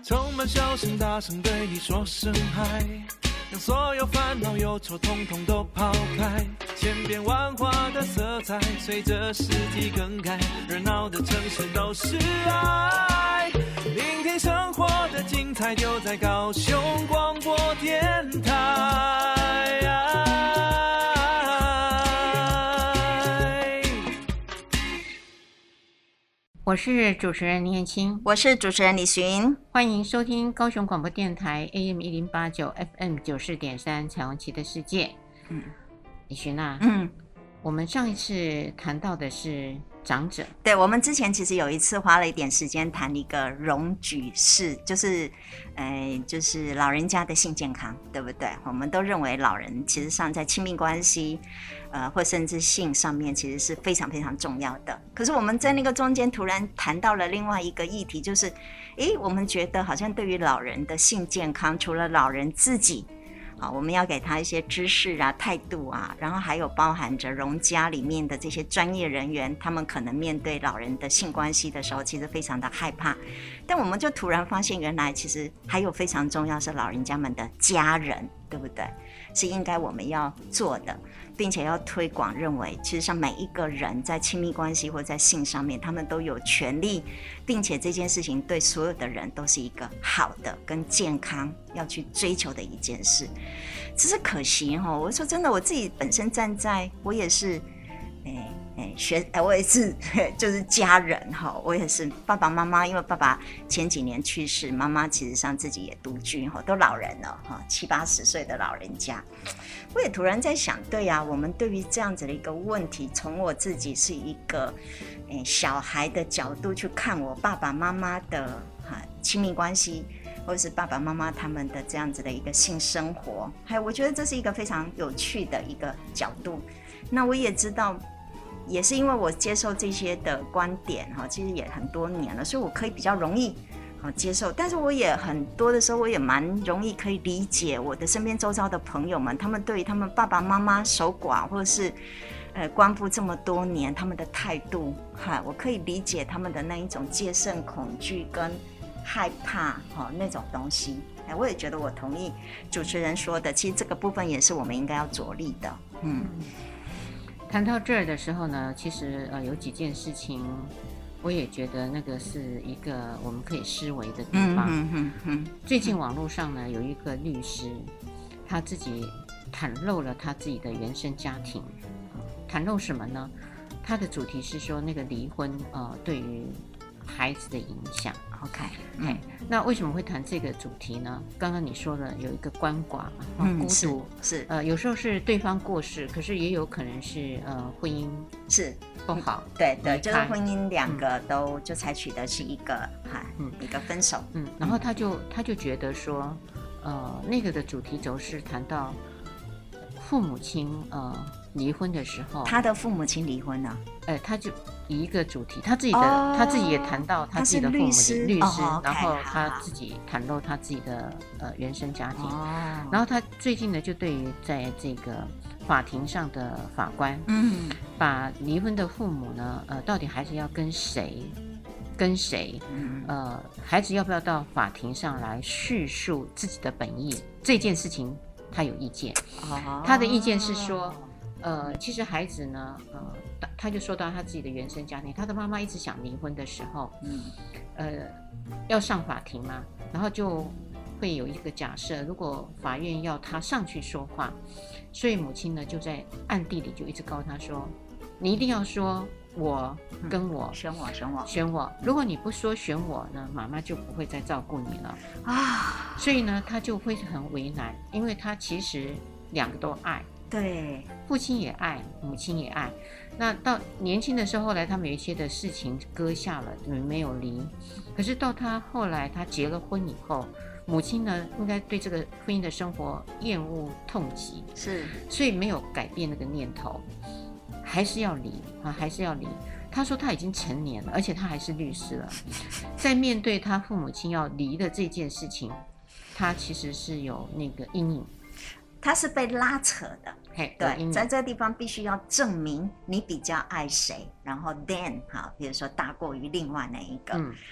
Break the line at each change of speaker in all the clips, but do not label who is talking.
充满笑声，大声对你说声嗨，让所有烦恼忧愁统统都抛开，千变万化的色彩随着四季更改，热闹的城市都是爱，聆听生活的精彩就在高雄广播电台。
我是主持人林燕青，
我是主持人李寻，
欢迎收听高雄广播电台 AM1089 FM94.3 彩虹旗的世界。李寻啊，我们上一次谈到的是长者，
对，我们之前其实有一次花了一点时间谈一个容举式，就是老人家的性健康，对不对？我们都认为老人其实上在亲密关系或甚至性上面其实是非常非常重要的。可是我们在那个中间突然谈到了另外一个议题，就是我们觉得好像对于老人的性健康，除了老人自己我们要给他一些知识啊、态度啊，然后还有包含着容家里面的这些专业人员，他们可能面对老人的性关系的时候其实非常的害怕，但我们就突然发现原来其实还有非常重要是老人家们的家人，对不对？是应该我们要做的，并且要推广，认为其实上每一个人在亲密关系或在性上面他们都有权利，并且这件事情对所有的人都是一个好的跟健康要去追求的一件事。只是可惜我说真的，我自己本身站在我也是我也是就是家人我也是爸爸妈妈，因为爸爸前几年去世，妈妈其实上自己也独居都老人了70-80岁的老人家。我也突然在想，对啊，我们对于这样子的一个问题，从我自己是一个小孩的角度去看我爸爸妈妈的亲密关系，或者是爸爸妈妈他们的这样子的一个性生活，还有我觉得这是一个非常有趣的一个角度。那我也知道，也是因为我接受这些的观点其实也很多年了，所以我可以比较容易接受。但是我也很多的时候，我也蛮容易可以理解我的身边周遭的朋友们，他们对于他们爸爸妈妈守寡或者是光复这么多年他们的态度，我可以理解他们的那一种戒慎恐惧跟害怕那种东西。我也觉得我同意主持人说的，其实这个部分也是我们应该要着力的。
谈到这儿的时候呢，其实有几件事情我也觉得那个是一个我们可以思维的地方。最近网络上呢有一个律师，他自己袒露了他自己的原生家庭。袒露什么呢？他的主题是说那个离婚对于孩子的影响。OK，那为什么会谈这个主题呢？刚刚你说了有一个鳏寡孤独
是
有时候是对方过世，可是也有可能是婚姻是不好，
对，就是婚姻两个都就采取的是一个一个分手。
然后他就觉得说那个的主题轴是谈到父母亲离婚的时候，
他的父母亲离婚了，
他就以一个主题，他自己的他自己也谈到他自己的父母亲律师，然后他自己袒露他自己的原生家庭，然后他最近呢就对于在这个法庭上的法官，把离婚的父母呢到底孩子要跟谁，孩子要不要到法庭上来叙述自己的本意，这件事情他有意见。他的意见是说其实孩子呢他就说到他自己的原生家庭，他的妈妈一直想离婚的时候要上法庭嘛，然后就会有一个假设，如果法院要他上去说话，所以母亲呢就在暗地里就一直告诉他说，你一定要说我跟我选我，如果你不说选我呢，妈妈就不会再照顾你了所以呢他就会很为难，因为他其实两个都爱，
对，
父亲也爱，母亲也爱。那到年轻的时候，后来他们有一些的事情搁下了，没有离。可是到他后来他结了婚以后，母亲呢应该对这个婚姻的生活厌恶痛极，
是，
所以没有改变那个念头，还是要离还是要离。他说他已经成年了，而且他还是律师了，在面对他父母亲要离的这件事情，他其实是有那个阴影，
他是被拉扯的。对，在这个地方必须要证明你比较爱谁，然后 then 比如说大过于另外那一个。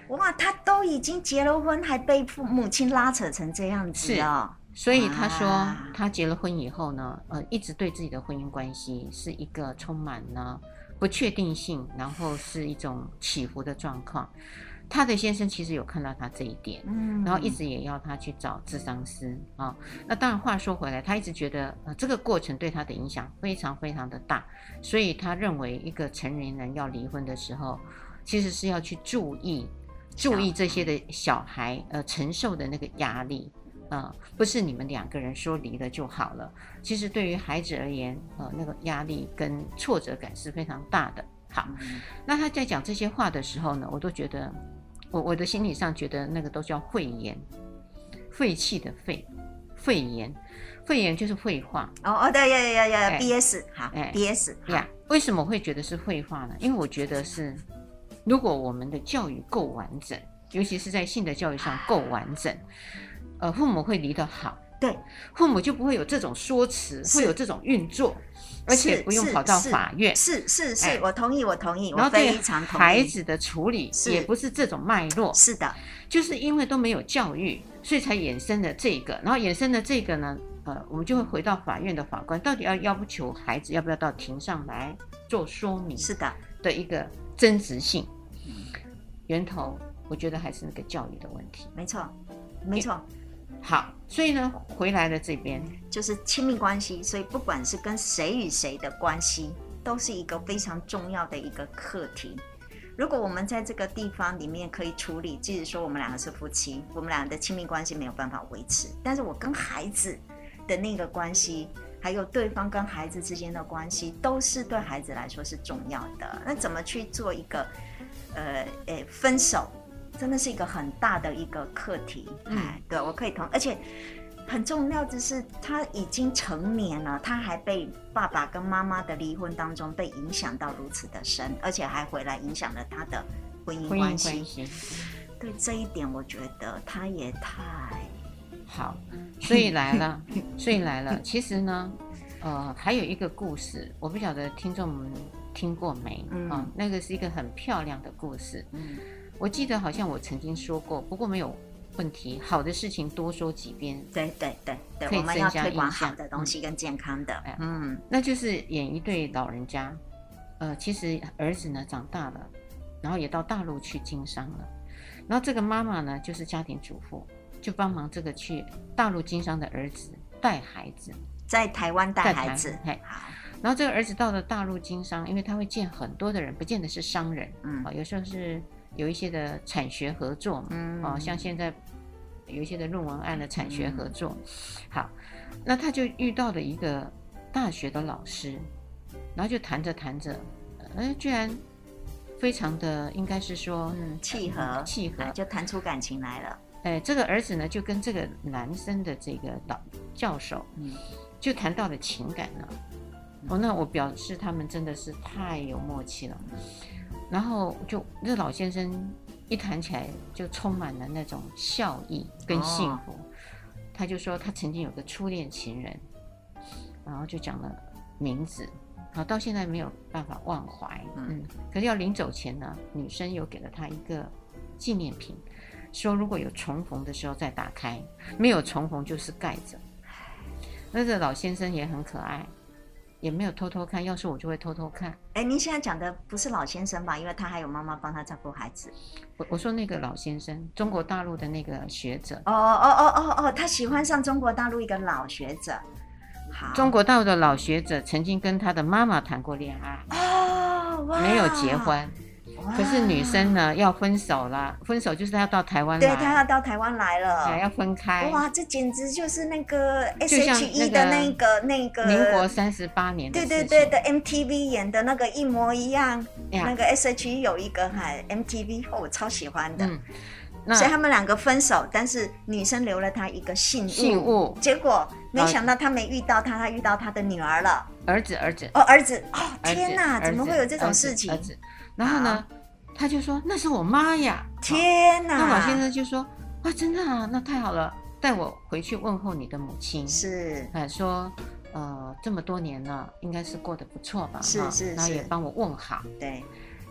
哇，他都已经结了婚，还被母亲拉扯成这样子哦。
所以他说，他结了婚以后呢，一直对自己的婚姻关系是一个充满了不确定性，然后是一种起伏的状况。他的先生其实有看到他这一点，然后一直也要他去找諮商师啊。那当然话说回来，他一直觉得这个过程对他的影响非常非常的大，所以他认为一个成年人要离婚的时候，其实是要去注意这些的小孩承受的那个压力。不是你们2个人说离了就好了，其实对于孩子而言，那个压力跟挫折感是非常大的。好，那他在讲这些话的时候呢，我都觉得，我的心理上觉得那个都叫废言，废气的废言，废言就是废话。
对，BS 好 ，BS
呀，为什么会觉得是废话呢？因为我觉得是，如果我们的教育够完整，尤其是在性的教育上够完整。父母会离得好，
对，
父母就不会有这种说辞，会有这种运作，而且不用跑到法院。
是，我同意，
然后对孩子的处理也不是这种脉络。
是的，
就是因为都没有教育，所以才衍生了这个，然后衍生了这个呢，我们就会回到法院的法官到底要求孩子要不要到庭上来做说明。
是的，
的一个真实性源头，我觉得还是那个教育的问题。
没错。
好，所以呢，回来了这边
就是亲密关系，所以不管是跟谁与谁的关系，都是一个非常重要的一个课题。如果我们在这个地方里面可以处理，即使说我们2个是夫妻，我们2个的亲密关系没有办法维持，但是我跟孩子的那个关系，还有对方跟孩子之间的关系，都是对孩子来说是重要的。那怎么去做一个分手？真的是一个很大的一个课题。对，我可以同，而且很重要的是，他已经成年了，他还被爸爸跟妈妈的离婚当中被影响到如此的深，而且还回来影响了他的婚姻关系。对这一点，我觉得他也太
好。所以来了，其实呢，还有一个故事，我不晓得听众们听过没？那个是一个很漂亮的故事。我记得好像我曾经说过，不过没有问题。好的事情多说几遍，
对，我们要推广好的东西跟健康的。
那就是演一对老人家，其实儿子呢长大了，然后也到大陆去经商了，然后这个妈妈呢就是家庭主妇，就帮忙这个去大陆经商的儿子带孩子，
在台湾带孩子。
然后这个儿子到了大陆经商，因为他会见很多的人，不见得是商人，有时候是有一些的产学合作嘛，像现在有一些的论文案的产学合作。好，那他就遇到了一个大学的老师，然后就谈着，居然非常的应该是说
契合，就谈出感情来了。
这个儿子呢就跟这个男生的这个老教授，就谈到了情感了。那我表示他们真的是太有默契了。然后就这老先生一谈起来就充满了那种笑意跟幸福。他就说他曾经有个初恋情人，然后就讲了名字，好，到现在没有办法忘怀。可是要临走前呢，女生有给了他一个纪念品，说如果有重逢的时候再打开，没有重逢就是盖着。那这老先生也很可爱，也没有偷偷看，要是我就会偷偷看。
您现在讲的不是老先生吧？因为他还有妈妈帮他照顾孩子。
我说那个老先生，中国大陆的那个学者。
他喜欢上中国大陆一个老学者。好，
中国大陆的老学者曾经跟他的妈妈谈过恋爱，没有结婚。可是女生呢要分手了，分手就是她要到台湾来，
对，她要到台湾来了，
要分开。
哇，这简直就是那个 SHE 的那个
民国38年的事情，
对的 MTV 演的那个一模一样。那个 SHE 有一个MTV，我超喜欢的。所以他们2个分手，但是女生留了他一个信物，结果没想到他没遇到他遇到他的女儿了，儿子，天哪，怎么会有这种事情？
然后呢，他就说那是我妈呀！
天哪！
那老先生就说哇，真的啊，那太好了，带我回去问候你的母亲。
是，
说这么多年了，应该是过得不错吧？
是，
然后也帮我问好。
对。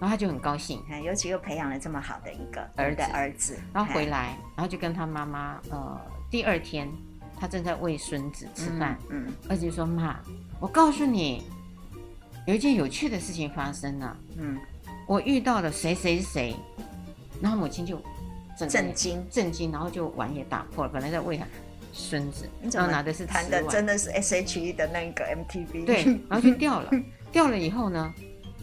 然后他就很高兴，
尤其又培养了这么好的一个儿子，
然后回来，然后就跟他妈妈，第二天他正在喂孙子吃饭，儿子就说妈，我告诉你，有一件有趣的事情发生了，我遇到了谁谁谁，然后母亲就震惊，然后就碗也打破了，本来在喂他孙子，然后拿的是瓷碗，
弹的真的是 SHE 的那个 MTV，
对，然后就掉了，掉了以后呢，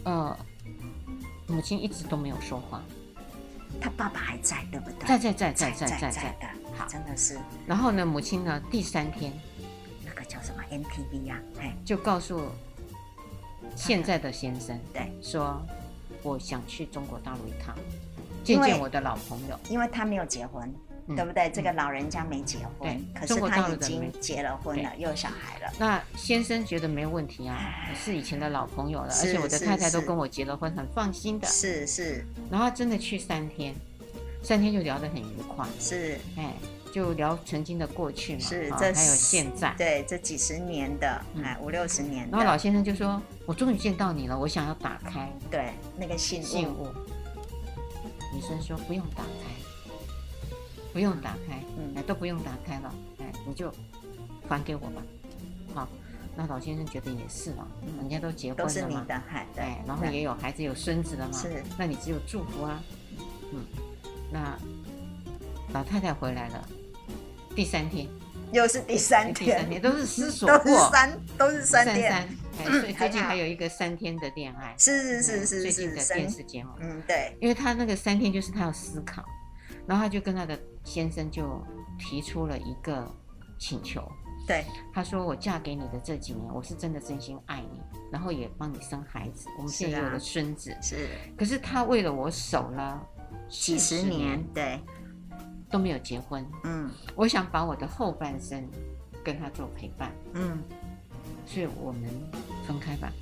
母亲一直都没有说话。
他爸爸还在，对不对？
在，
好，真的是。
然后呢，母亲呢，第3天，
那个叫什么 MTV 呀？
就告诉现在的先生，
对，
说我想去中国大陆一趟，见见我的老朋友，
因为他没有结婚。对不对？这个老人家没结婚，可是他已经结了婚了，又有小孩了。
那先生觉得没有问题啊，是以前的老朋友了，而且我的太太都跟我结了婚，很放心的。是。然后他真的去3天，3天就聊得很愉快。是，就聊曾经的过去嘛，是，还有现在，
对，这几十年的，50、60年的。
然后老先生就说：“我终于见到你了，我想要打开
对那个信物。”
女生说：“不用打开。”不用打开，都不用打开了，你就还给我吧。好，那老先生觉得也是了，人家都结婚了嘛，都是你的，然后也有孩子有孙子了嘛，是，那你只有祝福啊。那老太太回来了，第3天，
又是第三天，
都是思索过，
都是3天，
所以最近还有一个3天的恋爱，
是
最近的电视节目，
对，
因为他那个3天就是他要思考。然后他就跟他的先生就提出了一个请求，
对，
他说我嫁给你的这几年，我是真的真心爱你，然后也帮你生孩子，我们现在也有了孙子，是。可是他为了我守了
几十年，对，
都没有结婚，我想把我的后半生跟他做陪伴，所以我们分开吧，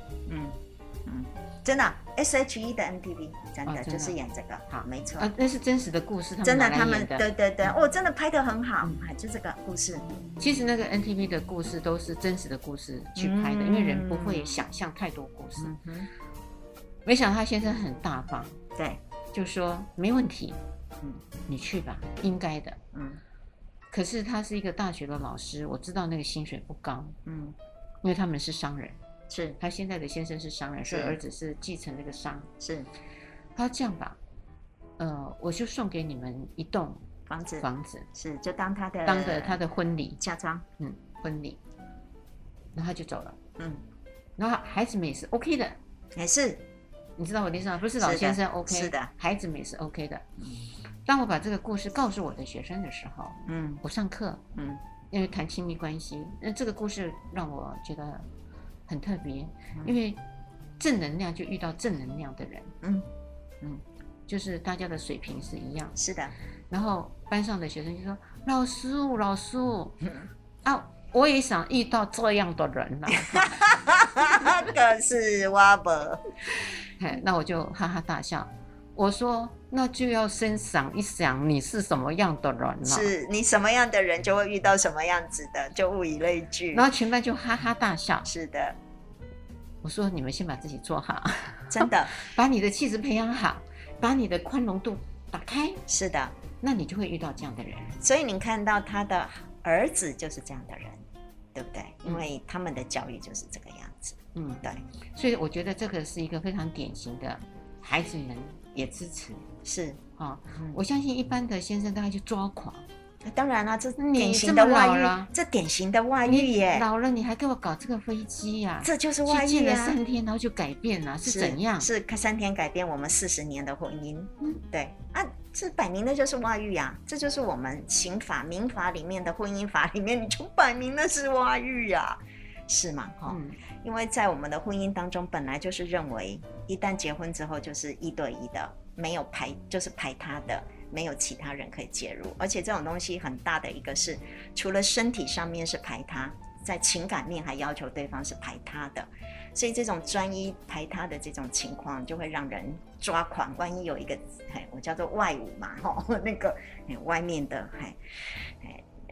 真的 SHE 的 MTV 真的就是演这个，好，没错，
那是真实的故事，
真的他们对，真的拍得很好，就这个故事。
其实那个 MTV 的故事都是真实的故事去拍的，因为人不会想象太多故事。没想到他先生很大方，
对，
就说没问题，你去吧，应该的，可是他是一个大学的老师，我知道那个薪水不高，因为他们是商人。是他现在的先生是商人，所以儿子是继承那个商。是，他说这样吧，我就送给你们一栋房子，是就当他的婚礼嫁妆，婚礼，然后他就走了，然后孩子们也是 OK 的，也是，你知道我的意思吗？不是老先生 OK， 是的，孩子们也是 OK 的。当我把这个故事告诉我的学生的时候，我上课，因为谈亲密关系，那这个故事让我觉得很特别，因为正能量就遇到正能量的人，就是大家的水平是一样，是的。然后班上的学生就说：“老师，啊，我也想遇到这样的人了。”
可是我不，
那我就哈哈大笑。我说：“那就要先想一想，你是什么样的人了？
是你什么样的人，就会遇到什么样子的，就物以类聚。”
然后全班就哈哈大笑。
是的，
我说：“你们先把自己做好，
真的，
把你的气质培养好，把你的宽容度打开。”
是的，
那你就会遇到这样的人。
所以你看到他的儿子就是这样的人，对不对？因为他们的教育就是这个样子。对。
所以我觉得这个是一个非常典型的，孩子们也支持。是啊，我相信一般的先生大概就抓狂。
当然了，这典型的外遇，这典型的外遇耶！
老了你还给我搞这个飞机呀？
这就是外遇啊！
见了3天，然后就改变了，是怎样？
是3天改变我们40年的婚姻。对啊，这摆明的就是外遇啊！这就是我们刑法、民法里面的婚姻法里面，你就摆明的是外遇啊，是吗？因为在我们的婚姻当中，本来就是认为一旦结婚之后就是1对1的，没有就是排他的。没有其他人可以介入，而且这种东西很大的一个是，除了身体上面是排他，在情感面还要求对方是排他的，所以这种专一排他的这种情况就会让人抓狂。万一有一个我叫做外侮嘛，那个外面的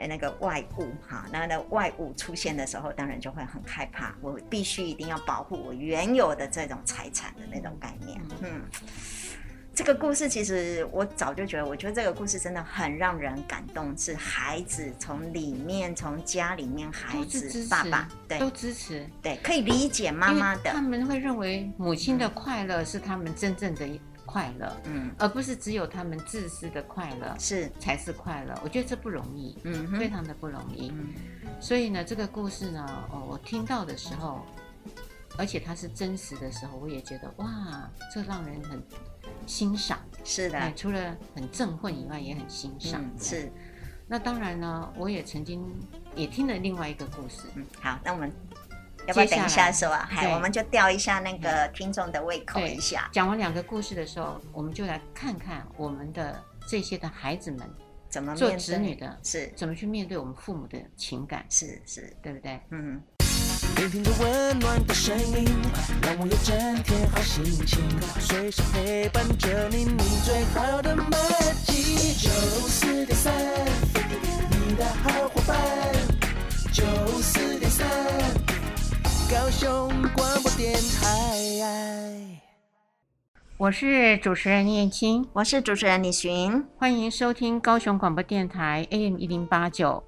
那个外物哈，那外物出现的时候，当然就会很害怕，我必须一定要保护我原有的这种财产的那种概念。这个故事其实我早就觉得，我觉得这个故事真的很让人感动，是孩子从里面，从家里面，孩子爸爸对
都支持，
对，可以理解妈妈的，
他们会认为母亲的快乐是他们真正的快乐，而不是只有他们自私的快乐才是快乐。我觉得这不容易，非常的不容易。所以呢，这个故事呢，我听到的时候，而且它是真实的时候，我也觉得哇，这让人很欣赏。
是的，
除了很振奋以外，也很欣赏。
是。
那当然呢，我也曾经也听了另外一个故事。
好，那我们要不要等一下说啊？我们就吊一下那个听众的胃口一下。
讲完2个故事的时候，我们就来看看我们的这些的孩子们
怎么
做子女的，
是
怎么去面对我们父母的情感，
是，
对不对？
聆听着温暖的声音，让我有整天好心情，随时陪伴着你，你最好的默契。94.3，你的好伙伴。94.3，高雄广播电台。
我是主持人念青，
我是主持人李寻，
欢迎收听高雄广播电台 AM1089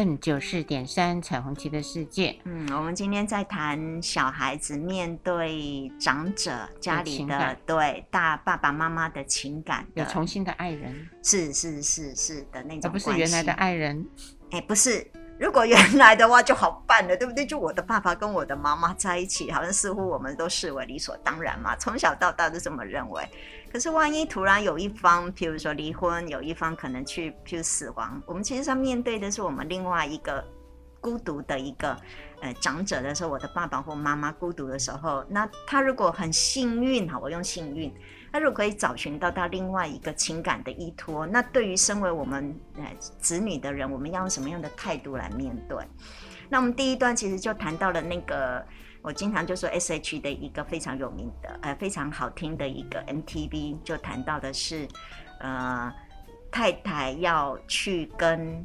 FM94.3 彩虹旗的世界。
我们今天在谈小孩子面对长者家里的对大爸爸妈妈的情感的，
有重新的爱人，
是的那种关系，
而不是原来的爱人。
不是。如果原来的话就好办了，对不对？就我的爸爸跟我的妈妈在一起，好像似乎我们都视为理所当然嘛，从小到大都这么认为。可是万一突然有一方，譬如说离婚，有一方可能譬如死亡，我们其实上面对的是我们另外一个孤独的一个长者的时候，我的爸爸或妈妈孤独的时候，那他如果很幸运，我用幸运，他如果可以找寻到他另外一个情感的依托，那对于身为我们子女的人，我们要用什么样的态度来面对？那我们第一段其实就谈到了那个，我经常就说 SH 的一个非常有名的非常好听的一个 MTV， 就谈到的是太太要去跟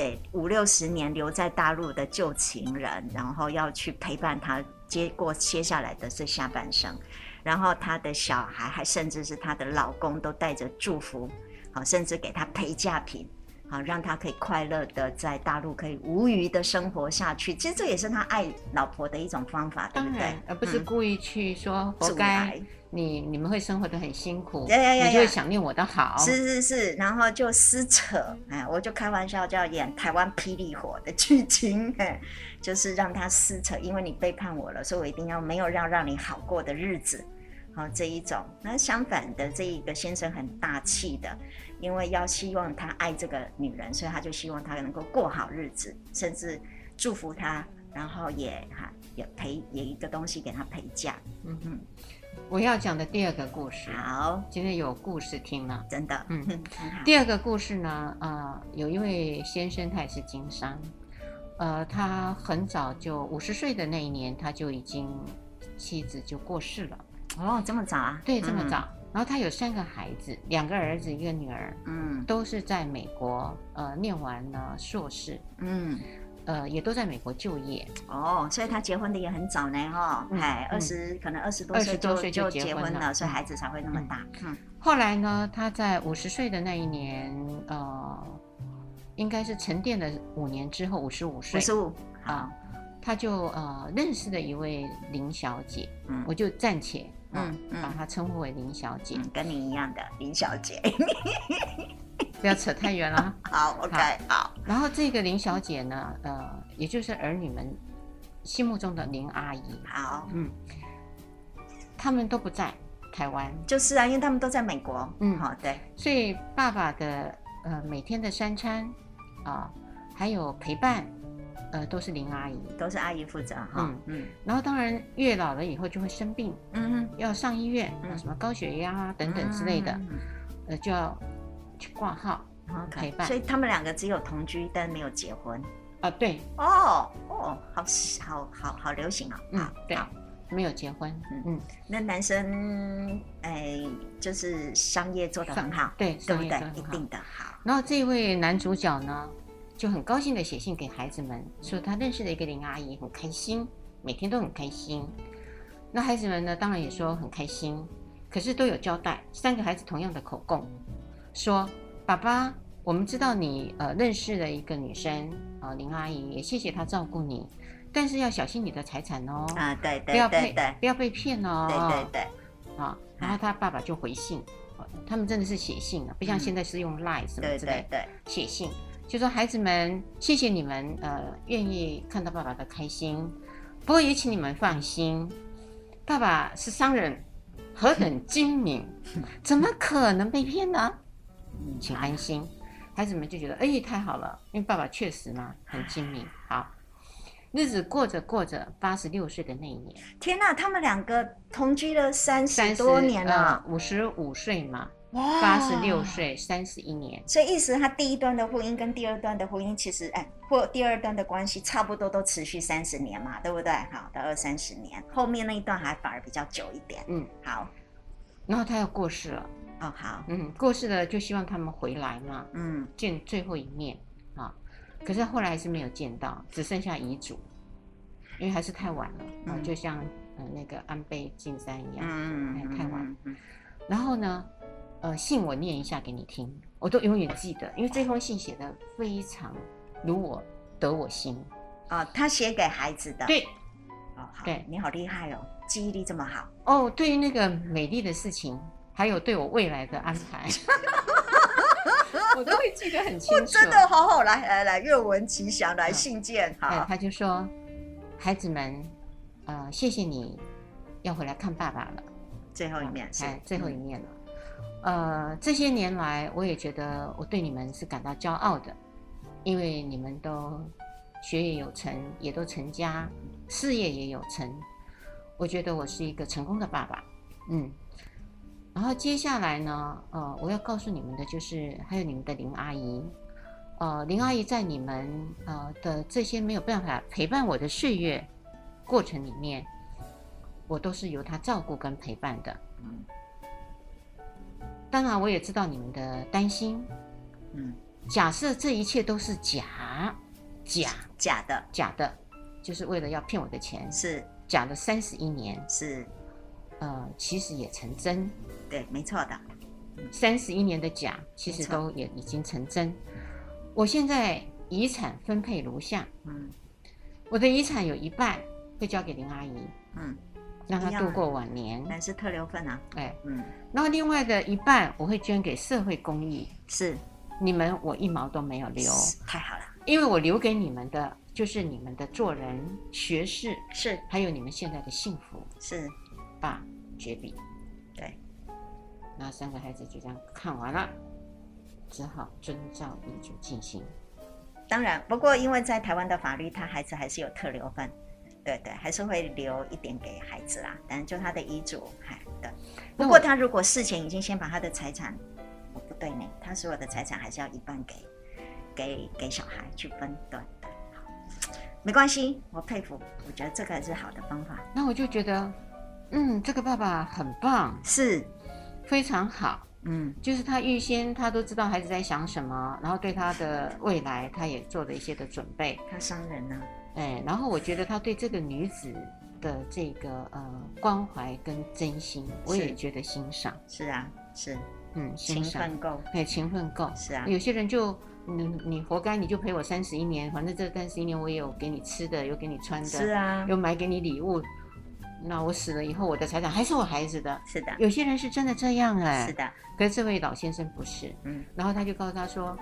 50-60年留在大陆的旧情人，然后要去陪伴他接下来的这下半生，然后他的小孩还甚至是他的老公都带着祝福，甚至给他陪嫁品，让他可以快乐的在大陆可以无虞的生活下去。其实这也是他爱老婆的一种方法，对不对？
而不是故意去说活该你们会生活得很辛苦，
你
就会想念我的好。
是，然后就撕扯，我就开玩笑就要演台湾霹雳火的剧情，就是让他撕扯，因为你背叛我了，所以我一定要没有让你好过的日子。这一种。那相反的，这一个先生很大气的，因为要希望他爱这个女人，所以他就希望她能够过好日子，甚至祝福她，然后也一个东西给她陪嫁。
我要讲的第2个故事，
好，
今天有故事听了，
真的。
第2个故事呢，有一位先生，他也是经商，他很早就50岁的那一年，他就已经妻子就过世了。
这么早啊？
对，这么早。然后他有3个孩子，2个儿子，1个女儿，都是在美国念完了硕士，也都在美国就业。
所以他结婚的也很早呢，可能20多岁就结婚了，所以孩子才会那么大。
后来呢，他在50岁的那一年，应该是沉淀了5年之后，55岁
，55
他就认识了一位林小姐，我就暂且把她称呼为林小姐，
跟你一样的林小姐，
不要扯太远了。
好 ，OK， 好。
然后这个林小姐呢，也就是儿女们心目中的林阿姨。
好，
他们都不在台湾，
就是啊，因为他们都在美国。对。
所以爸爸的每天的3餐还有陪伴。都是林阿姨，
都是阿姨负责
然后当然越老了以后就会生病，要上医院，什么高血压等等之类的，就要去挂号陪伴。
所以他们2个只有同居，但没有结婚。
对。
好流行
对，没有结婚。
那男生就是商业做得很好，
对，
对不对？一定的好。
然后这位男主角呢， 就很高兴的写信给孩子们，说他认识了一个林阿姨，很开心，每天都很开心。那孩子们呢，当然也说很开心，可是都有交代，3个孩子同样的口供，说爸爸，我们知道你认识了一个女生林阿姨，也谢谢她照顾你，但是要小心你的财产哦。
啊，对对
不要
对对，
不要被骗哦。
对对对。
然后他爸爸就回信，他们真的是写信啊，不像现在是用 LINE 什么之类的，
对，
写信就说孩子们，谢谢你们愿意看到爸爸的开心，不过也请你们放心，爸爸是商人，何等精明，怎么可能被骗呢？请安心。孩子们就觉得太好了，因为爸爸确实嘛很精明。好，日子过着过着，86岁的那一年，
天哪，他们2个同居了30多年了
，55岁嘛，
哇
86岁，31年。
所以意思他第一段的婚姻跟第二段的婚姻其实或第二段的关系差不多都持续30年嘛，对不对？好的，20-30年，后面那一段还反而比较久一点。好。
然后他要过世了。
好。
过世了就希望他们回来嘛，见最后一面啊。可是后来还是没有见到，只剩下遗嘱，因为还是太晚了就像那个安倍晋三一样，太晚。然后呢，信我念一下给你听，我都永远记得，因为这封信写的非常如我得我心。
他写给孩子的。
对。
好，对，你好厉害哦，记忆力这么好。
对于那个美丽的事情，还有对我未来的安排。我都会记得很清楚。
真的好，来，愿闻其详，来信件。好，
他就说，孩子们，谢谢你要回来看爸爸了，
最后一面是
最后一面了。这些年来，我也觉得我对你们是感到骄傲的，因为你们都学业有成，也都成家，事业也有成，我觉得我是一个成功的爸爸。然后接下来呢，我要告诉你们的就是，还有你们的林阿姨，林阿姨在你们的这些没有办法陪伴我的岁月过程里面，我都是由她照顾跟陪伴的。当然，我也知道你们的担心。假设这一切都是假的，就是为了要骗我的钱，
是
假了31年，
是，
其实也成真。
对，没错的。
31年的假，其实都也已经成真。我现在遗产分配如下，我的遗产有一半会交给林阿姨，让她度过晚年，
但是特留份啊，
然后另外的一半我会捐给社会公益，
是，
你们我1毛都没有留，
太好了，
因为我留给你们的就是你们的做人、学识，
是，
还有你们现在的幸福，
是，
爸绝笔，
对，
那3个孩子就这样看完了，只好遵照遗嘱进行。
当然，不过因为在台湾的法律，他孩子还是有特留份，对，还是会留一点给孩子啦。但就他的遗嘱，对。不过他如果事前已经先把他的财产，不对呢，他所有的财产还是要一半给小孩去分，对，好，没关系，我佩服，我觉得这个是好的方法。
那我就觉得，这个爸爸很棒，
是
非常好。就是他预先他都知道孩子在想什么，然后对他的未来他也做了一些的准备。
他商人啊，
然后我觉得他对这个女子的这个关怀跟真心，我也觉得欣赏。
是啊，是，
欣赏，
勤奋够，
勤奋够。
是啊，
有些人就你活该，你就陪我31年，反正这31年我也有给你吃的，有给你穿的，
是啊，
有买给你礼物。那我死了以后，我的财产还是我孩子的。
是的，
有些人是真的这样
是的。
可是这位老先生不是，然后他就告诉他说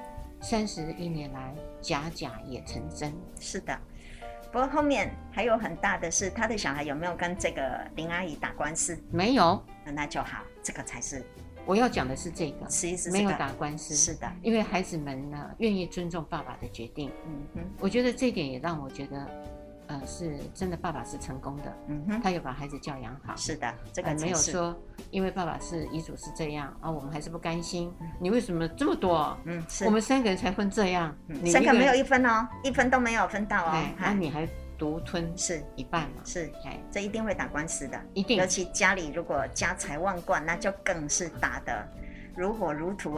，31年来假也成真。
是的，不过后面还有很大的是，他的小孩有没有跟这个林阿姨打官司？
没有，
那就好，这个才是
我要讲的是这个，没有打官司。
是的，
因为孩子们呢愿意尊重爸爸的决定。我觉得这一点也让我觉得。是真的，爸爸是成功的，他有把孩子教养好。
是的，这个
没有说，因为爸爸是遗嘱是这样我们还是不甘心。你为什么这么多？我们3个人才分这样
，3个没有1分哦，1分都没有分到哦。
那你还独吞
是
一半嘛？
是，这一定会打官司的，
一定。
尤其家里如果家财万贯，那就更是打得如火如荼啊。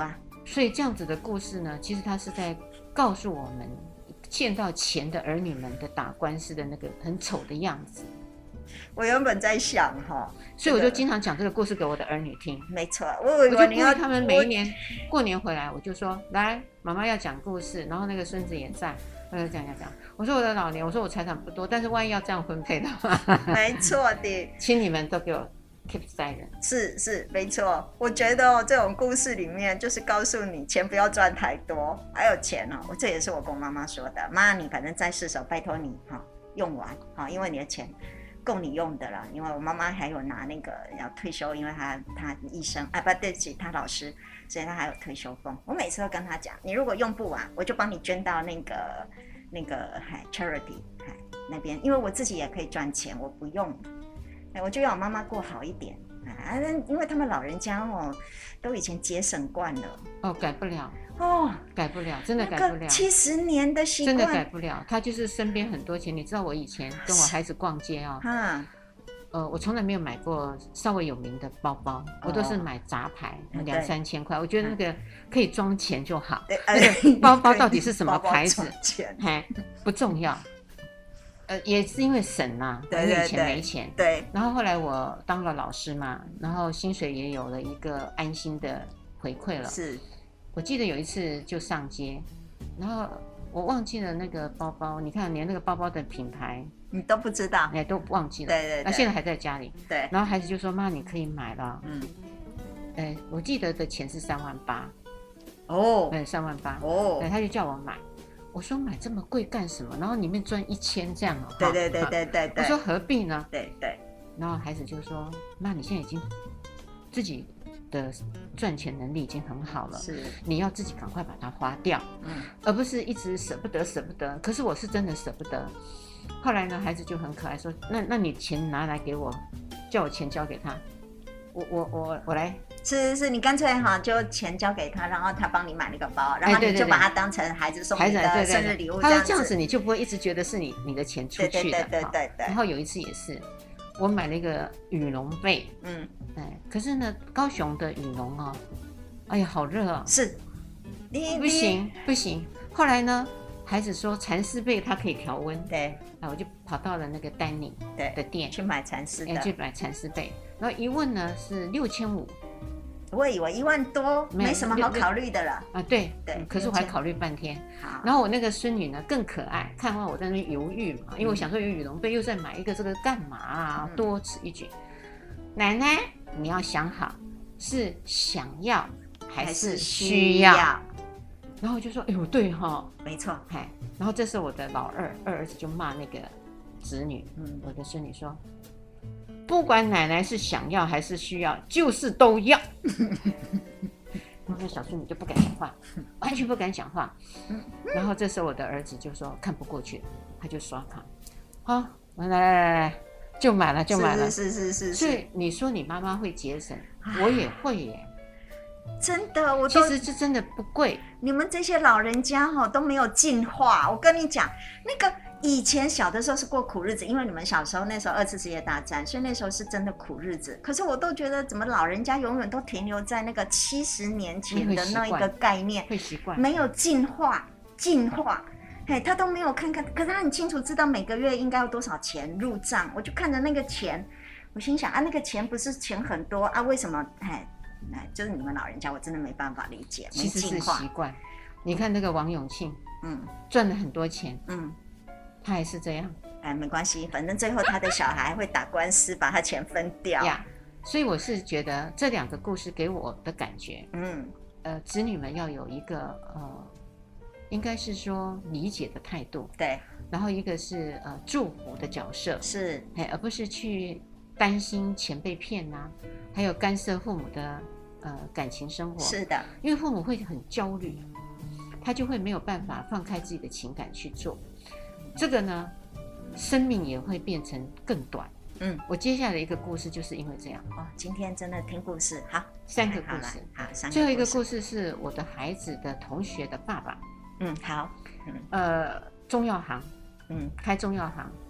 所以这样子的故事呢，其实它是在告诉我们，见到钱的儿女们的打官司的那个很丑的样子。
我原本在想哈，
所以我就经常讲这个故事给我的儿女听。
没错，
我就鼓励他们每一年过年回来，我就说来，妈妈要讲故事，然后那个孙子也在，我就讲。我说我的老年，我说我财产不多，但是万一要这样分配的话，
没错的，
请你们都给我 keep silent。
是没错，我觉得这种故事里面就是告诉你，钱不要赚太多，还有钱哦，这也是我跟我妈妈说的，妈，你反正在世手，拜托你用完因为你的钱够你用的了，因为我妈妈还有拿那个要退休，因为她医生对不起，她老师，所以她还有退休俸。我每次都跟她讲，你如果用不完，我就帮你捐到那个charity 那边，因为我自己也可以赚钱，我不用，我就要我妈妈过好一点。因为他们老人家都以前节省惯了
改不了改不了，真的改不了。
70年的习惯
真的改不了。他就是身边很多钱，你知道我以前跟我孩子逛街我从来没有买过稍微有名的包包，我都是买杂牌，2-3千块，我觉得那个可以装钱就好。那个包包到底是什么牌子不重要。也是因为省嘛，因为以前没钱。
对。
然后后来我当了老师嘛，然后薪水也有了一个安心的回馈了。
是。我
记得有一次就上街，然后我忘记了那个包包，你看连那个包包的品牌
你都不知道，
都忘记了。
对。
那现在还在家里。
对。
然后孩子就说：“妈，你可以买了。”我记得的钱是3.8万。3.8万。对，他就叫我买。我说买这么贵干什么？然后里面赚1000这样
对。
我说何必呢？
对。
然后孩子就说：“妈，你现在已经自己的赚钱能力已经很好了，
是
你要自己赶快把它花掉，而不是一直舍不得。可是我是真的舍不得。后来呢，孩子就很可爱说：那你钱拿来给我，叫我钱交给他，我来。
是，你干脆就钱交给他，然后他帮你买那个包，然后你就把它当成孩子送你的生日礼物。
他说这样子你就不会一直觉得是你的钱出去的。
对。
然后有一次也是，我买了一个羽绒被，可是呢，高雄的羽绒哎呀，好热啊！
是，
不行。后来呢，孩子说蚕丝被它可以调温，
对，
我就跑到了那个丹宁的店
去买蚕丝的，
去买蚕丝被，然后一问呢是6500。
我以为1万多没什么好考虑的了
对，可是我还考虑半天。然后我那个孙女呢更可爱，看到我在那边犹豫嘛，因为我想说有羽绒被，又再买一个这个干嘛多此一举。奶奶，你要想好是想要还是需要。然后我就说，哎呦，对
没错。
然后这时候我的老二儿子就骂那个子女，我的孙女说，不管奶奶是想要还是需要，就是都要。然后那小孙女就不敢讲话，完全不敢讲话。然后这时候我的儿子就说看不过去，他就刷卡，来，就买了。
是。
所以你说你妈妈会节省，我也会耶。
真的，
其实这真的不贵。
你们这些老人家都没有进化。我跟你讲，那个以前小的时候是过苦日子，因为你们小时候那时候2次世界大战，所以那时候是真的苦日子。可是我都觉得，怎么老人家永远都停留在那个70年前的那一个概念，
会习惯，
没有进化。他都没有看，可是他很清楚知道每个月应该有多少钱入账。我就看着那个钱，我心想那个钱不是钱很多啊，为什么？就是你们老人家，我真的没办法理解，
其实是习惯。你看那个王永庆，赚了很多钱，他还是这样。
没关系，反正最后他的小孩会打官司，把他钱分掉。
所以我是觉得这2个故事给我的感觉，子女们要有一个应该是说理解的态度，
对。
然后一个是祝福的角色，
是，
而不是去担心钱被骗还有干涉父母的感情生活。
是的，
因为父母会很焦虑，他就会没有办法放开自己的情感去做。这个呢，生命也会变成更短。我接下来一个故事就是因为这样。
今天真的听故事，好
，3个故事。
好，3个故事。
最后一个故事是我的孩子的同学的爸爸。
好。
中药行。开中药行。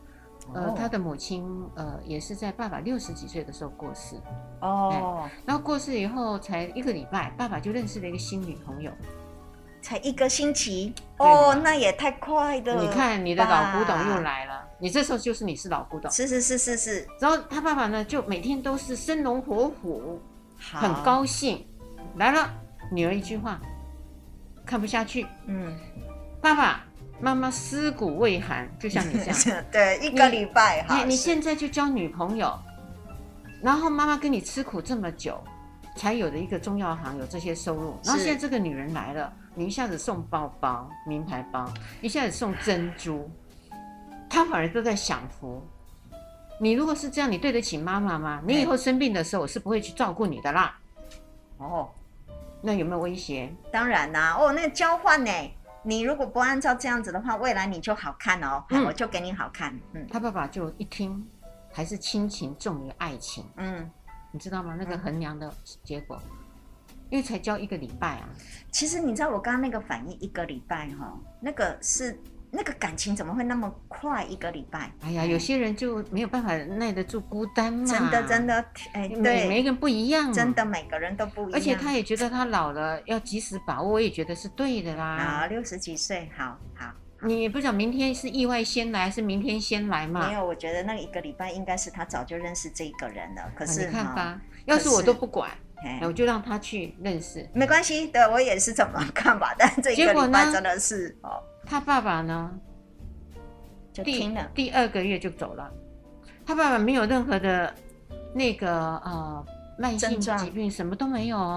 他的母亲也是在爸爸60几岁的时候过世。然后过世以后才1个礼拜，爸爸就认识了一个新女朋友。
才1个星期那也太快了。
你看你的老古董又来了，你这时候就是你是老古董。
是。
然后他爸爸呢，就每天都是生龙活虎，很高兴。来了，女儿一句话，看不下去。爸爸妈妈尸骨未寒，就像你这样。
对，1个礼拜。
你现在就交女朋友，然后妈妈跟你吃苦这么久，才有的一个中药行有这些收入。然后现在这个女人来了，你一下子送包包、名牌包，一下子送珍珠，她反而都在享福。你如果是这样，你对得起妈妈吗？你以后生病的时候，我是不会去照顾你的啦。那有没有威胁？
当然啦，那交换呢？你如果不按照这样子的话，未来你就好看哦，我就给你好看。
他爸爸就一听，还是亲情重于爱情。你知道吗？那个衡量的结果，因为才交1个礼拜啊。
其实你知道我刚刚那个反应1个礼拜那个感情怎么会那么快1个礼拜？
哎呀，有些人就没有办法耐得住孤单嘛。
真的，对，
每个人不一样，
真的每个人都不一样。
而且他也觉得他老了要及时把握，我也觉得是对的啦。
60几岁，好。
你不讲明天是意外先来，还是明天先来嘛？
没有，我觉得那1个礼拜应该是他早就认识这个人了。可是
你看吧，要是我都不管，我就让他去认识，
没关系。对，我也是这么看法，但这1个礼拜真的是
他爸爸呢，
就听了
第2个月就走了。他爸爸没有任何的那个慢性疾病，什么都没有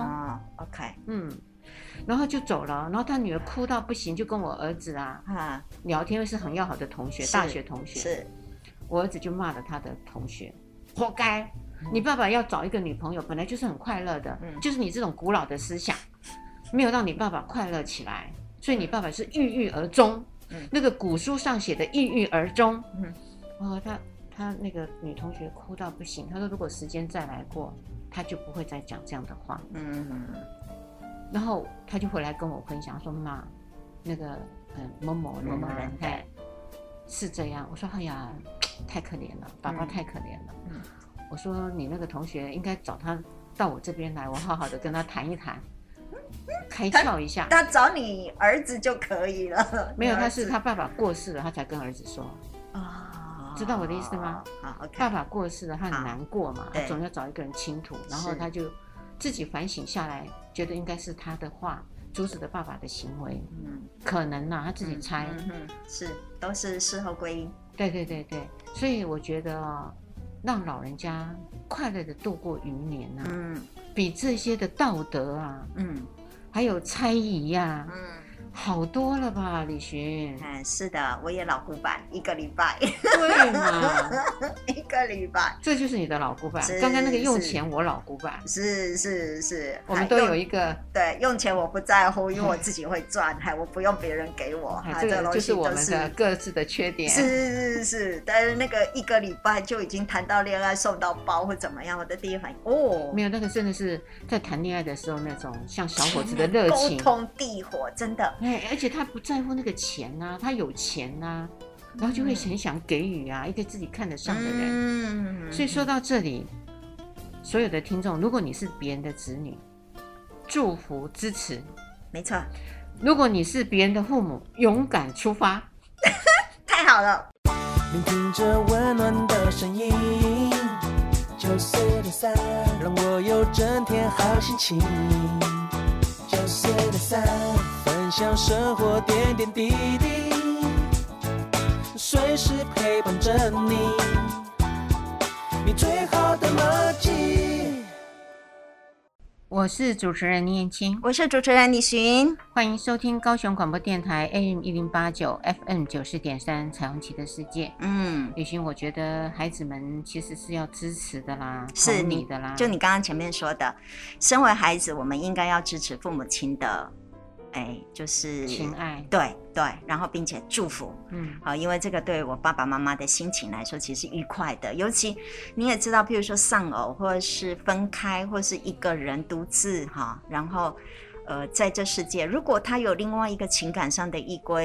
OK，
然后就走了。然后他女儿哭到不行，就跟我儿子聊天，是很要好的同学，大学同学。
是，
我儿子就骂了他的同学，活该！你爸爸要找一个女朋友，本来就是很快乐的，就是你这种古老的思想，没有让你爸爸快乐起来，所以你爸爸是郁郁而终。那个古书上写的郁郁而终。他那个女同学哭到不行，他说如果时间再来过，他就不会再讲这样的话。然后他就回来跟我分享说，妈，那个某某人是这样。我说哎呀，太可怜了，爸爸太可怜了。我说你那个同学应该找他到我这边来，我好好的跟他谈一谈，开窍一下。
他找你儿子就可以了。
没有，他是他爸爸过世了，他才跟儿子说。知道我的意思吗？爸爸过世了，他很难过嘛，他总要找一个人倾吐，然后他就自己反省下来，觉得应该是他的话阻止了爸爸的行为。可能他自己猜。
是，都是事后归因。
对，所以我觉得让老人家快乐的度过余年比这些的道德还有猜疑好多了吧，李寻？
是的，我也老古板1个礼拜。
对嘛
？1个礼拜，
这就是你的老古板。刚刚那个用钱，我老古板。
是，
我们都有一个。
对，用钱我不在乎，因为我自己会赚，我不用别人给我。
这个就是我们的各自的缺点。
是，但是那个1个礼拜就已经谈到恋爱，送到包或怎么样，我的第一反应
没有，那个真的是在谈恋爱的时候那种像小伙子的热情，
沟通地火，真的。
而且他不在乎那个钱他有钱然后就会很想给予一个自己看得上的人。所以说到这里，所有的听众，如果你是别人的子女，祝福支持，
没错。
如果你是别人的父母，勇敢出发。
太好了。
聆听着温暖的声音，94.3让我有整天好心情。94.3分享生活点点滴滴，随时陪伴着你，你最好的默契。
我是主持人倪燕青，
我是主持人李寻，
欢迎收听高雄广播电台 AM1089 FM90.3 彩虹旗的世界。李寻，我觉得孩子们其实是要支持的啦，
是
你的啦。
就你刚刚前面说的，身为孩子，我们应该要支持父母亲的就是
情爱，
对，然后并且祝福，因为这个对我爸爸妈妈的心情来说其实是愉快的。尤其你也知道，譬如说丧偶，或者是分开，或是一个人独自然后在这世界，如果他有另外一个情感上的依归，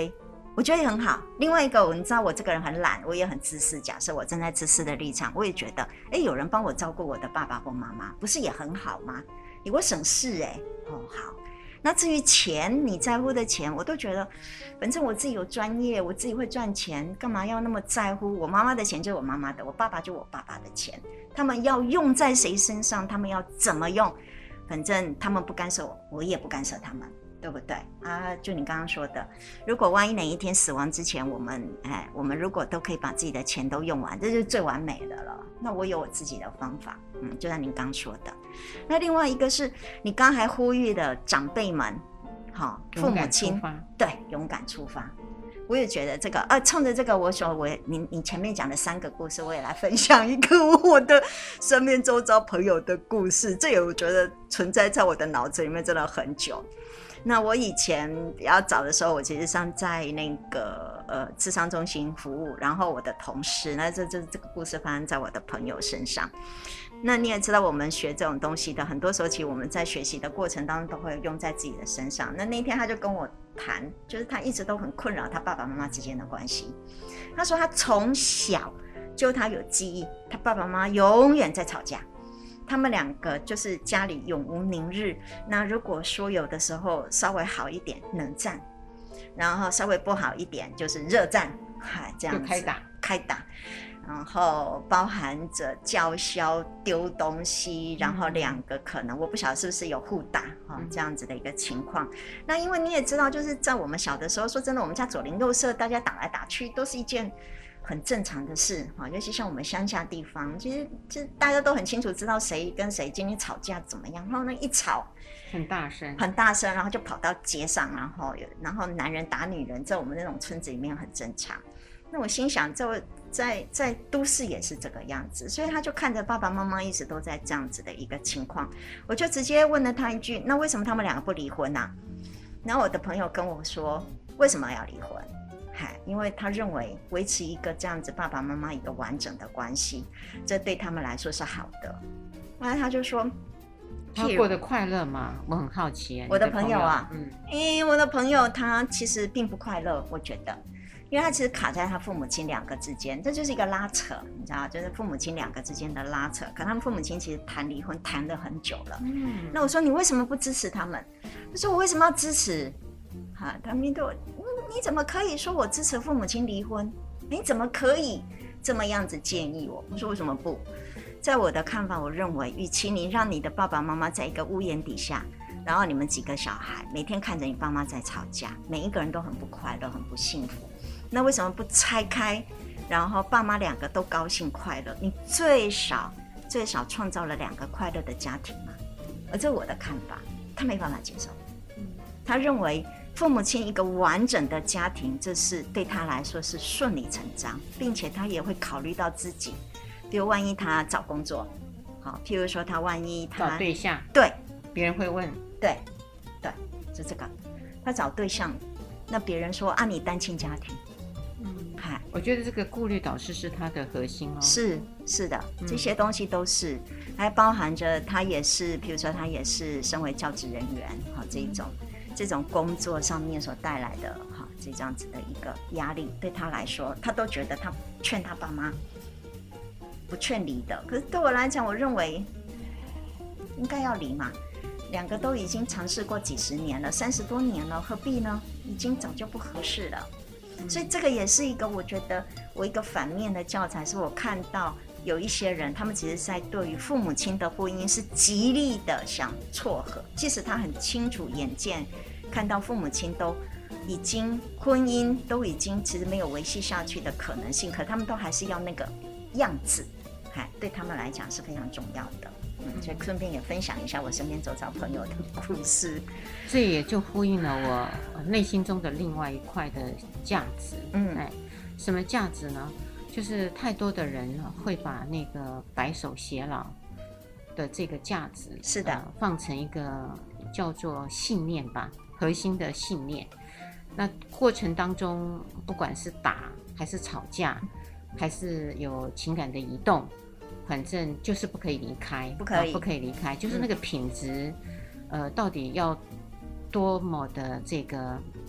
我觉得也很好。另外一个，你知道我这个人很懒，我也很自私。假设我站在自私的立场，我也觉得，有人帮我照顾我的爸爸或妈妈，不是也很好吗？我省事好。那至于钱，你在乎的钱，我都觉得，反正我自己有专业，我自己会赚钱，干嘛要那么在乎？我妈妈的钱就是我妈妈的，我爸爸就我爸爸的钱，他们要用在谁身上，他们要怎么用，反正他们不干涉我，我也不干涉他们。对不对啊？就你刚刚说的，如果万一哪一天死亡之前，我们如果都可以把自己的钱都用完，这就是最完美的了。那我有我自己的方法，就像您刚说的。那另外一个是你刚还呼吁的长辈们，父母亲，对，勇敢出发。我也觉得这个，冲着这个，你前面讲的3个故事，我也来分享一个我的身边周遭朋友的故事。这也我觉得存在在我的脑子里面真的很久。那我以前比较早的时候，我其实上在那个諮商中心服务，然后我的同事，那这个故事发生在我的朋友身上。那你也知道，我们学这种东西的，很多时候其实我们在学习的过程当中都会用在自己的身上。那天他就跟我谈，就是他一直都很困扰他爸爸妈妈之间的关系。他说他从小就他有记忆，他爸爸妈妈永远在吵架。他们2个就是家里永无宁日。那如果说有的时候稍微好一点，冷战，然后稍微不好一点就是热战，这样子开打，然后包含着叫嚣、丢东西，然后2个可能我不晓得是不是有互打这样子的一个情况。那因为你也知道，就是在我们小的时候，说真的，我们家左邻右舍大家打来打去都是一件很正常的事，尤其像我们乡下地方，其实大家都很清楚知道谁跟谁今天吵架怎么样，然后呢一吵
很大声，
然后就跑到街上，然后男人打女人，在我们那种村子里面很正常。那我心想，在都市也是这个样子，所以他就看着爸爸妈妈一直都在这样子的一个情况，我就直接问了他一句：那为什么他们2个不离婚啊？然后我的朋友跟我说，为什么要离婚？因为他认为维持一个这样子爸爸妈妈一个完整的关系，这对他们来说是好的。后来他就说，
他过得快乐吗？我很好奇。
我的朋友啊，我的朋友他其实并不快乐，我觉得，因为他其实卡在他父母亲2个之间，这就是一个拉扯，你知道，就是父母亲2个之间的拉扯。可他们父母亲其实谈离婚谈了很久了。那我说你为什么不支持他们？他说我为什么要支持？他们对我，你怎么可以说我支持父母亲离婚？你怎么可以这么样子建议我？我说为什么不？在我的看法，我认为与其你让你的爸爸妈妈在一个屋檐底下，然后你们几个小孩每天看着你爸妈在吵架，每一个人都很不快乐，很不幸福，那为什么不拆开，然后爸妈2个都高兴快乐？你最少创造了2个快乐的家庭嘛。而这是我的看法，他没办法接受。他认为父母亲一个完整的家庭，这是对他来说是顺理成章，并且他也会考虑到自己，比如万一他找工作，譬如说他万一他
找对象，
对，
别人会问，
对，就这个，他找对象，那别人说你单亲家庭，
我觉得这个顾虑导师是他的核心哦。
是的，这些东西都是，还包含着他也是，譬如说他也是身为教职人员，这种工作上面所带来的这样子的一个压力，对他来说，他都觉得他劝他爸妈不劝离的。可是对我来讲，我认为应该要离嘛，2个都已经尝试过几十年了，30多年了，何必呢？已经早就不合适了。所以这个也是一个我觉得我一个反面的教材，是我看到有一些人，他们其实在对于父母亲的婚姻是极力的想撮合，即使他很清楚眼见看到父母亲都已经婚姻都已经其实没有维系下去的可能性，可他们都还是要那个样子，对他们来讲是非常重要的。所以顺便也分享一下我身边周遭朋友的故事。
这也就呼应了我内心中的另外一块的价值。什么价值呢？就是太多的人会把那个白首偕老的这个价值，
是的，
放成一个叫做信念吧，核心的信念。那过程当中，不管是打还是吵架，还是有情感的移动，反正就是不可以离开，不可以离开，就是那个品质，到底要多么的这个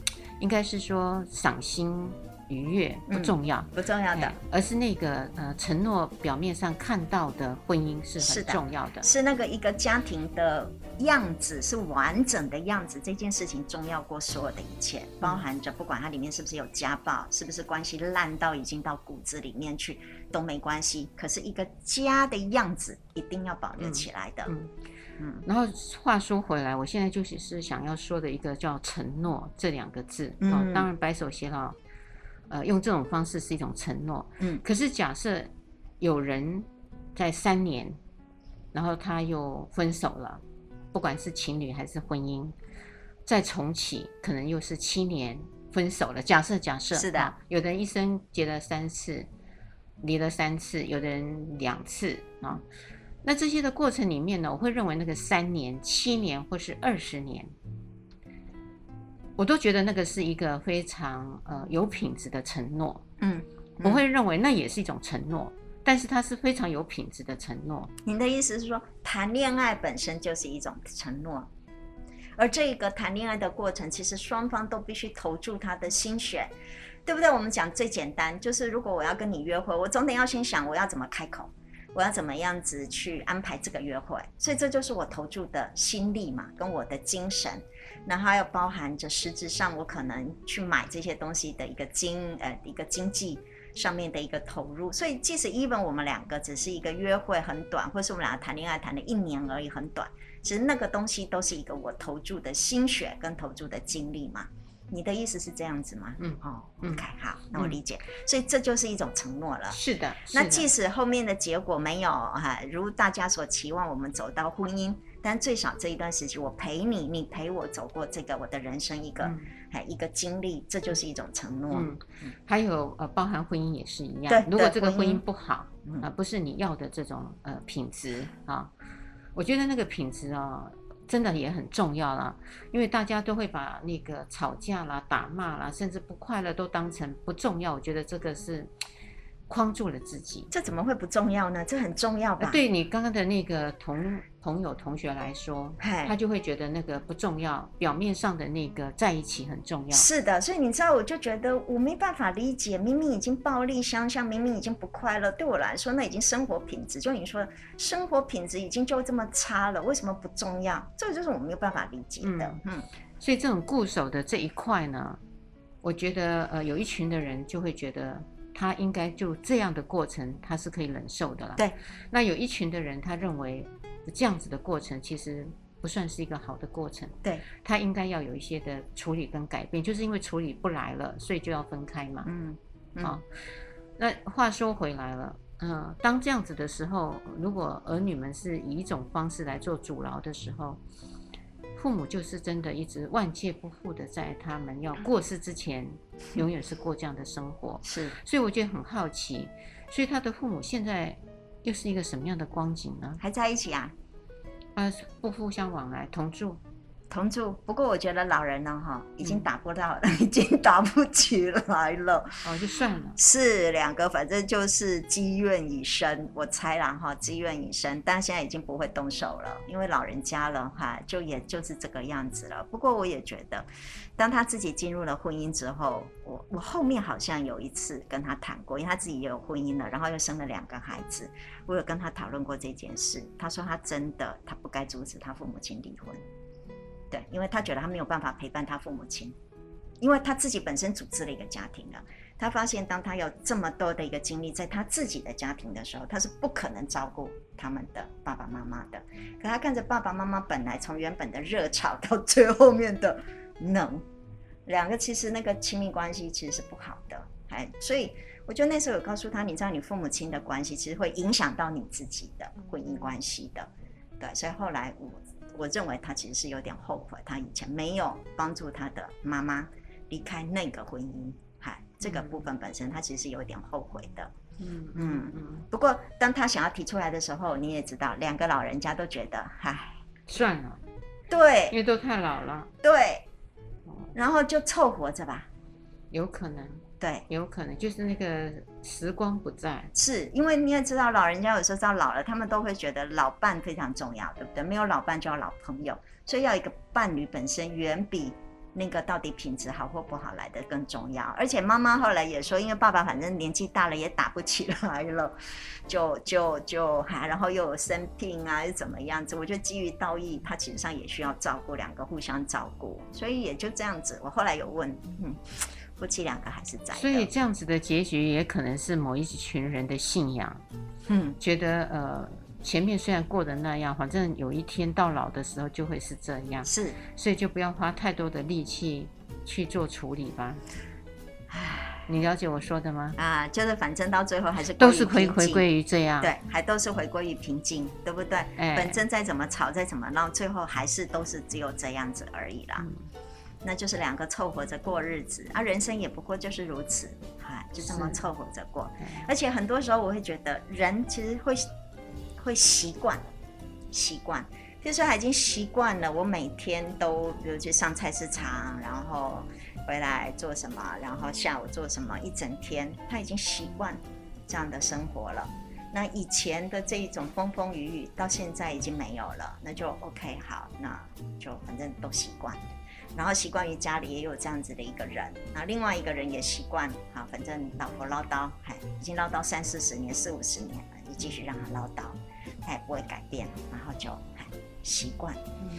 应该是说赏心愉悦不重要，
不重要的，
而是那个承诺表面上看到的婚姻是很重要的，
是那个一个家庭的样子是完整的样子，这件事情重要过所有的一切，包含着不管它里面是不是有家暴，是不是关系烂到已经到骨子里面去都没关系，可是一个家的样子一定要保留起来的。
然后话说回来，我现在就是想要说的一个叫承诺这2个字，当然白首偕老用这种方式是一种承诺，可是假设有人在3年，然后他又分手了，不管是情侣还是婚姻，再重启，可能又是7年分手了。假设
是的，
有的人一生结了3次，离了3次，有的人2次啊。那这些的过程里面呢，我会认为那个3年、7年或是20年，我都觉得那个是一个非常有品质的承诺。我会认为那也是一种承诺，但是它是非常有品质的承诺。
您的意思是说，谈恋爱本身就是一种承诺，而这个谈恋爱的过程，其实双方都必须投注他的心血，对不对？我们讲最简单，就是如果我要跟你约会，我总得要先想我要怎么开口，我要怎么样子去安排这个约会，所以这就是我投注的心力嘛，跟我的精神，然后还有包含着实质上我可能去买这些东西的一个经济上面的一个投入。所以即使 even 我们2个只是一个约会很短，或是我们2个谈恋爱谈了1年而已很短，其实那个东西都是一个我投注的心血跟投注的精力嘛。你的意思是这样子吗？OK， 好，那我理解。所以这就是一种承诺了。
是的。
那即使后面的结果没有如大家所期望我们走到婚姻，但最少这一段时期我陪你，你陪我走过这个我的人生一个经历，这就是一种承诺。
还有包含婚姻也是一样。如果这个婚姻不好，不是你要的这种品质啊，我觉得那个品质真的也很重要啦，因为大家都会把那个吵架啦、打骂啦，甚至不快乐都当成不重要。我觉得这个是框住了自己。
这怎么会不重要呢？这很重要吧？
对你刚刚的那个同学来说，他就会觉得那个不重要，表面上的那个在一起很重要。
是的，所以你知道，我就觉得我没办法理解，明明已经暴力相向，明明已经不快乐，对我来说那已经生活品质，就你说生活品质已经就这么差了，为什么不重要？这个就是我没有办法理解的。
所以这种固守的这一块呢，我觉得有一群的人就会觉得他应该就这样的过程他是可以忍受的啦。
对，
那有一群的人他认为这样子的过程其实不算是一个好的过程。
对，
他应该要有一些的处理跟改变，就是因为处理不来了，所以就要分开嘛。那话说回来了，当这样子的时候，如果儿女们是以一种方式来做阻挠的时候，父母就是真的一直万劫不复的在他们要过世之前永远是过这样的生活。
是，
所以我觉得很好奇，所以他的父母现在又是一个什么样的光景呢？
还在一起啊？
不互相往来，同住。
不过我觉得老人呢已经打不到了，已经打不起来了。
就算了。
是2个，反正就是积怨已深，我猜啦积怨已深，但现在已经不会动手了，因为老人家了也就是这个样子了。不过我也觉得，当他自己进入了婚姻之后，我后面好像有一次跟他谈过，因为他自己也有婚姻了，然后又生了2个孩子，我有跟他讨论过这件事。他说他不该阻止他父母亲离婚。对，因为他觉得他没有办法陪伴他父母亲，因为他自己本身组织了一个家庭了。他发现当他有这么多的一个精力在他自己的家庭的时候，他是不可能照顾他们的爸爸妈妈的。可他看着爸爸妈妈本来从原本的热吵到最后面的2个其实那个亲密关系其实是不好的。所以我就那时候有告诉他，你知道你父母亲的关系其实会影响到你自己的婚姻关系的。对，所以后来我认为他其实是有点后悔，他以前没有帮助他的妈妈离开那个婚姻，这个部分本身他其实是有点后悔的。不过当他想要提出来的时候，你也知道2个老人家都觉得
算了。
对，
因为都太老了。
对，然后就凑合着吧。
有可能。
对，
有可能就是那个时光不在。
是因为你也知道，老人家有时候到老了，他们都会觉得老伴非常重要，对不对？没有老伴就要老朋友，所以要一个伴侣本身远比那个到底品质好或不好来的更重要。而且妈妈后来也说，因为爸爸反正年纪大了也打不起来了，然后又有生病啊，又怎么样子？我觉得基于道义，他其实上也需要照顾，两个互相照顾，所以也就这样子。我后来有问，夫妻两个还是在的。
所以这样子的结局也可能是某一群人的信仰，觉得前面虽然过得那样，反正有一天到老的时候就会是这样，
是，
所以就不要花太多的力气去做处理吧。你了解我说的吗？
就是反正到最后还是
都是回归于这样，
对，还都是回归于平静，对不对？本身再怎么吵，再怎么闹，最后还是都是只有这样子而已啦。那就是两个凑合着过日子啊，人生也不过就是如此，就这么凑合着过。而且很多时候我会觉得，人其实会习惯，比如说他已经习惯了，我每天都比如去上菜市场，然后回来做什么，然后下午做什么，一整天他已经习惯这样的生活了。那以前的这一种风风雨雨，到现在已经没有了，那就 OK 好，那就反正都习惯。然后习惯于家里也有这样子的一个人，然后另外一个人也习惯，反正老婆唠叨，已经唠叨30-40年、40-50年了，就继续让他唠叨，他也不会改变，然后就习惯。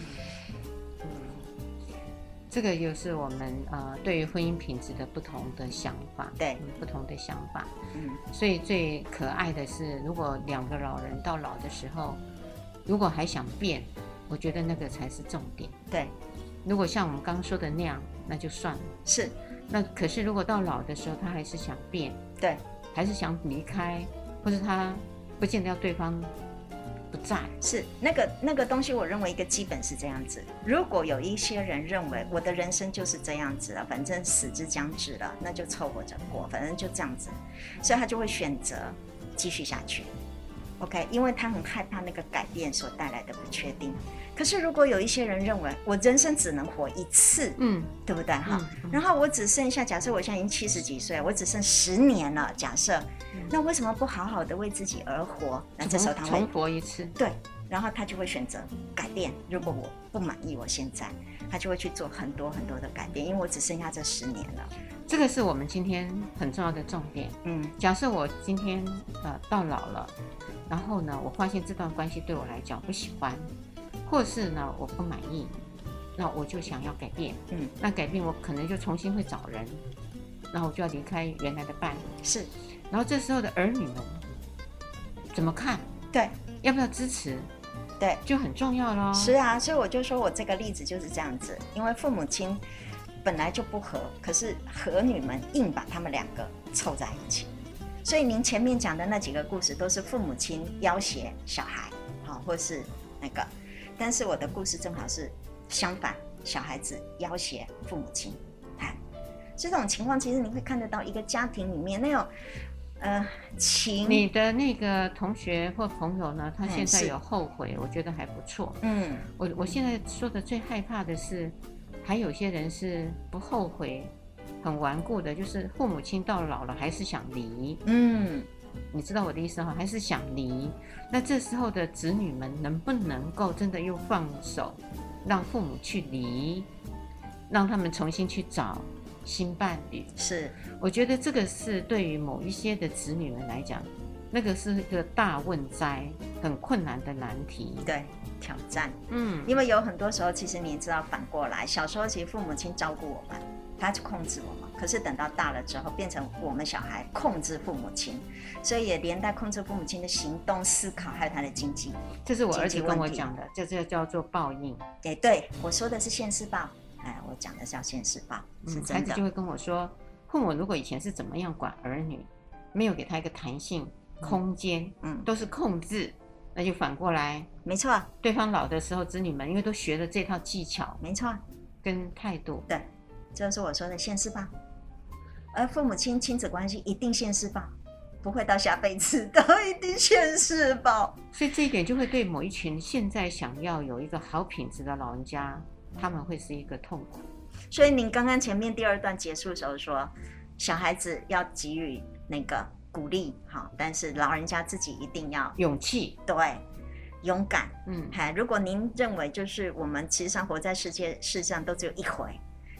这个又是我们对于婚姻品质的不同的想法，
对，
不同的想法。所以最可爱的是，如果两个老人到老的时候，如果还想变，我觉得那个才是重点。
对。
如果像我们刚刚说的那样，那就算了。
是，
那可是如果到老的时候，他还是想变，
对，
还是想离开，或是他不见得要对方不在。
是那个东西，我认为一个基本是这样子。如果有一些人认为我的人生就是这样子了，反正死之将至了，那就凑合着过，反正就这样子，所以他就会选择继续下去。OK， 因为他很害怕那个改变所带来的不确定。可是如果有一些人认为我人生只能活一次，对不对？然后我只剩下，假设我现在已经70几岁，我只剩10年了，假设，那为什么不好好的为自己而活？那这时候他会
重活一次，
对，然后他就会选择改变。如果我不满意我现在，他就会去做很多很多的改变，因为我只剩下这10年了。
这个是我们今天很重要的重点。假设我今天到老了，然后呢，我发现这段关系对我来讲不喜欢，或是呢我不满意，那我就想要改变。那改变我可能就重新会找人，然后我就要离开原来的伴侣。
是，
然后这时候的儿女们怎么看？
对，
要不要支持？
对，
就很重要咯。
是啊，所以我就说我这个例子就是这样子，因为父母亲本来就不合，可是儿女们硬把他们两个凑在一起。所以您前面讲的那几个故事都是父母亲要挟小孩，或是那个，但是我的故事正好是相反，小孩子要挟父母亲。这种情况其实你会看得到一个家庭里面那种情。
你的那个同学或朋友呢，他现在有后悔，我觉得还不错。我现在说的最害怕的是，还有些人是不后悔，很顽固的，就是父母亲到老了还是想离。你知道我的意思吗？还是想离。那这时候的子女们能不能够真的又放手，让父母去离，让他们重新去找新伴侣？
是，
我觉得这个是对于某一些的子女们来讲，那个是一个大问灾，很困难的难题。
对，挑战。因为有很多时候，其实你知道，反过来，小时候其实父母亲照顾我们，他去控制我们，可是等到大了之后，变成我们小孩控制父母亲，所以也连带控制父母亲的行动、思考，还有他的经济。
这是我儿子跟我讲的，这叫做报应。
对，我说的是现世报。我讲的叫现世报，是真的。
孩子就会跟我说，父母如果以前是怎么样管儿女，没有给他一个弹性空间，都是控制，那就反过来，
没错。
对方老的时候，子女们因为都学了这套技巧，
没错，
跟态度，
对，这就是我说的现世报。而父母亲亲子关系一定现世报，不会到下辈子都一定现世报。
所以这一点就会对某一群现在想要有一个好品质的老人家，他们会是一个痛苦。
所以您刚刚前面第2段结束的时候说，小孩子要给予那个鼓励，但是老人家自己一定要
勇气，
对，勇敢。如果您认为就是我们其实上活在世上都只有一回，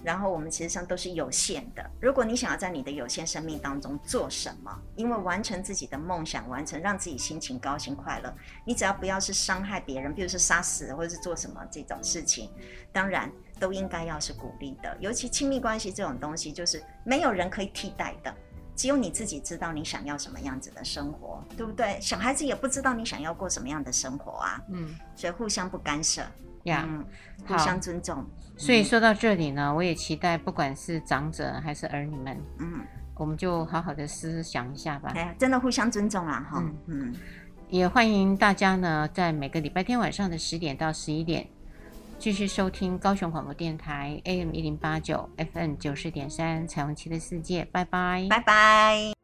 然后我们其实上都是有限的。如果你想要在你的有限生命当中做什么，因为完成自己的梦想，完成让自己心情高兴快乐，你只要不要是伤害别人，比如说杀死或者是做什么这种事情，当然都应该要是鼓励的。尤其亲密关系这种东西，就是没有人可以替代的，只有你自己知道你想要什么样子的生活，对不对？小孩子也不知道你想要过什么样的生活啊，所以互相不干涉
呀，
互相尊重。
所以说到这里呢，我也期待不管是长者还是儿女们，我们就好好的思想一下吧。
真的互相尊重啊，哈，
也欢迎大家呢，在每个礼拜天晚上的10点到11点，继续收听高雄广播电台 AM1089 FM90.3 彩虹旗的世界，拜拜，
拜拜。